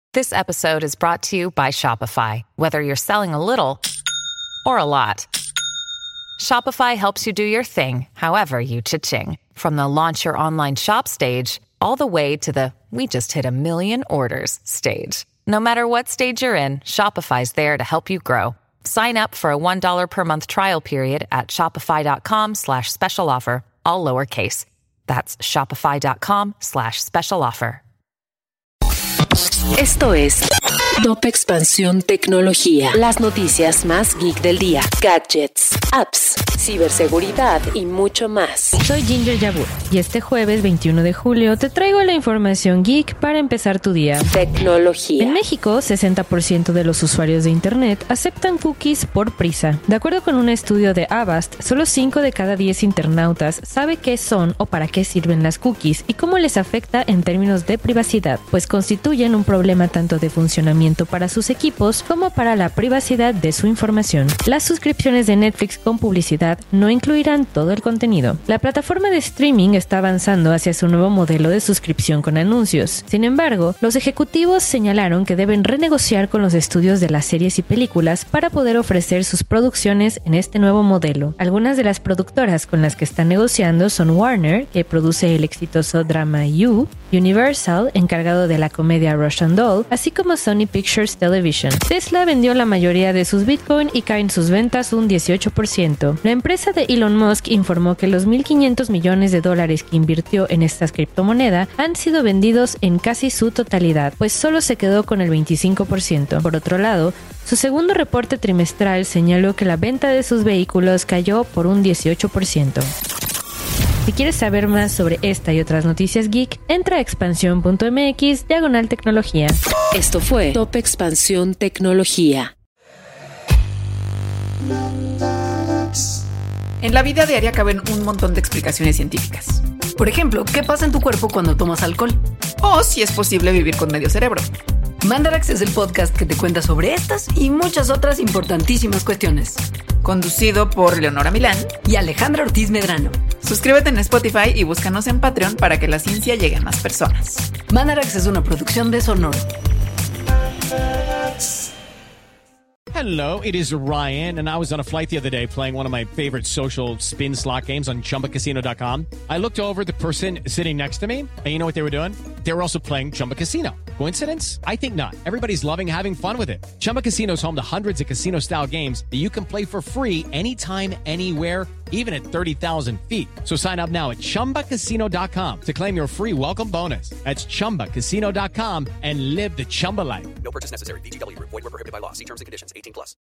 This episode is brought to you by Shopify. Whether you're selling a little or a lot, Shopify helps you do your thing, however you cha-ching. From the launch your online shop stage, all the way to the we just hit 1 million orders stage. No matter what stage you're in, Shopify's there to help you grow. Sign up for a $1 per month trial period at shopify.com/special offer, all lowercase. That's shopify.com/special offer. Esto es Top Expansión Tecnología. Las noticias más geek del día. Gadgets, apps, ciberseguridad y mucho más. Soy Ginger Yabur y este jueves 21 de julio te traigo la información geek para empezar tu día. Tecnología. En México, 60% de los usuarios de Internet aceptan cookies por prisa. De acuerdo con un estudio de Avast, solo 5 de cada 10 internautas sabe qué son o para qué sirven las cookies y cómo les afecta en términos de privacidad, pues constituyen un problema tanto de funcionamiento para sus equipos como para la privacidad de su información. Las suscripciones de Netflix con publicidad no incluirán todo el contenido. La plataforma de streaming está avanzando hacia su nuevo modelo de suscripción con anuncios. Sin embargo, los ejecutivos señalaron que deben renegociar con los estudios de las series y películas para poder ofrecer sus producciones en este nuevo modelo. Algunas de las productoras con las que están negociando son Warner, que produce el exitoso drama You, Universal, encargado de la comedia Russian Doll, así como Sony Pictures Television. Tesla vendió la mayoría de sus Bitcoin y caen sus ventas un 18%. La empresa de Elon Musk informó que los $1.500 millones que invirtió en esta criptomoneda han sido vendidos en casi su totalidad, pues solo se quedó con el 25%. Por otro lado, su segundo reporte trimestral señaló que la venta de sus vehículos cayó por un 18%. Si quieres saber más sobre esta y otras noticias geek, entra a expansión.mx/tecnología. Esto fue Top Expansión Tecnología. En la vida diaria caben un montón de explicaciones científicas. Por ejemplo, ¿qué pasa en tu cuerpo cuando tomas alcohol? O si es posible vivir con medio cerebro. Mandarax es el podcast que te cuenta sobre estas y muchas otras importantísimas cuestiones. Conducido por Leonora Milán y Alejandra Ortiz Medrano. Suscríbete en Spotify y búscanos en Patreon para que la ciencia llegue a más personas. Mandarax es una producción de Sonoro. Hello, it is Ryan, and I was on a flight the other day playing one of my favorite social spin slot games on ChumbaCasino.com. I looked over at the person sitting next to me, and you know what they were doing? They were also playing Chumba Casino. Coincidence? I think not. Everybody's loving having fun with it. Chumba Casino is home to hundreds of casino-style games that you can play for free anytime, anywhere, even at 30,000 feet. So sign up now at ChumbaCasino.com to claim your free welcome bonus. That's ChumbaCasino.com and live the Chumba life. No purchase necessary. VGW. Void where prohibited by law. See terms and conditions. 18+.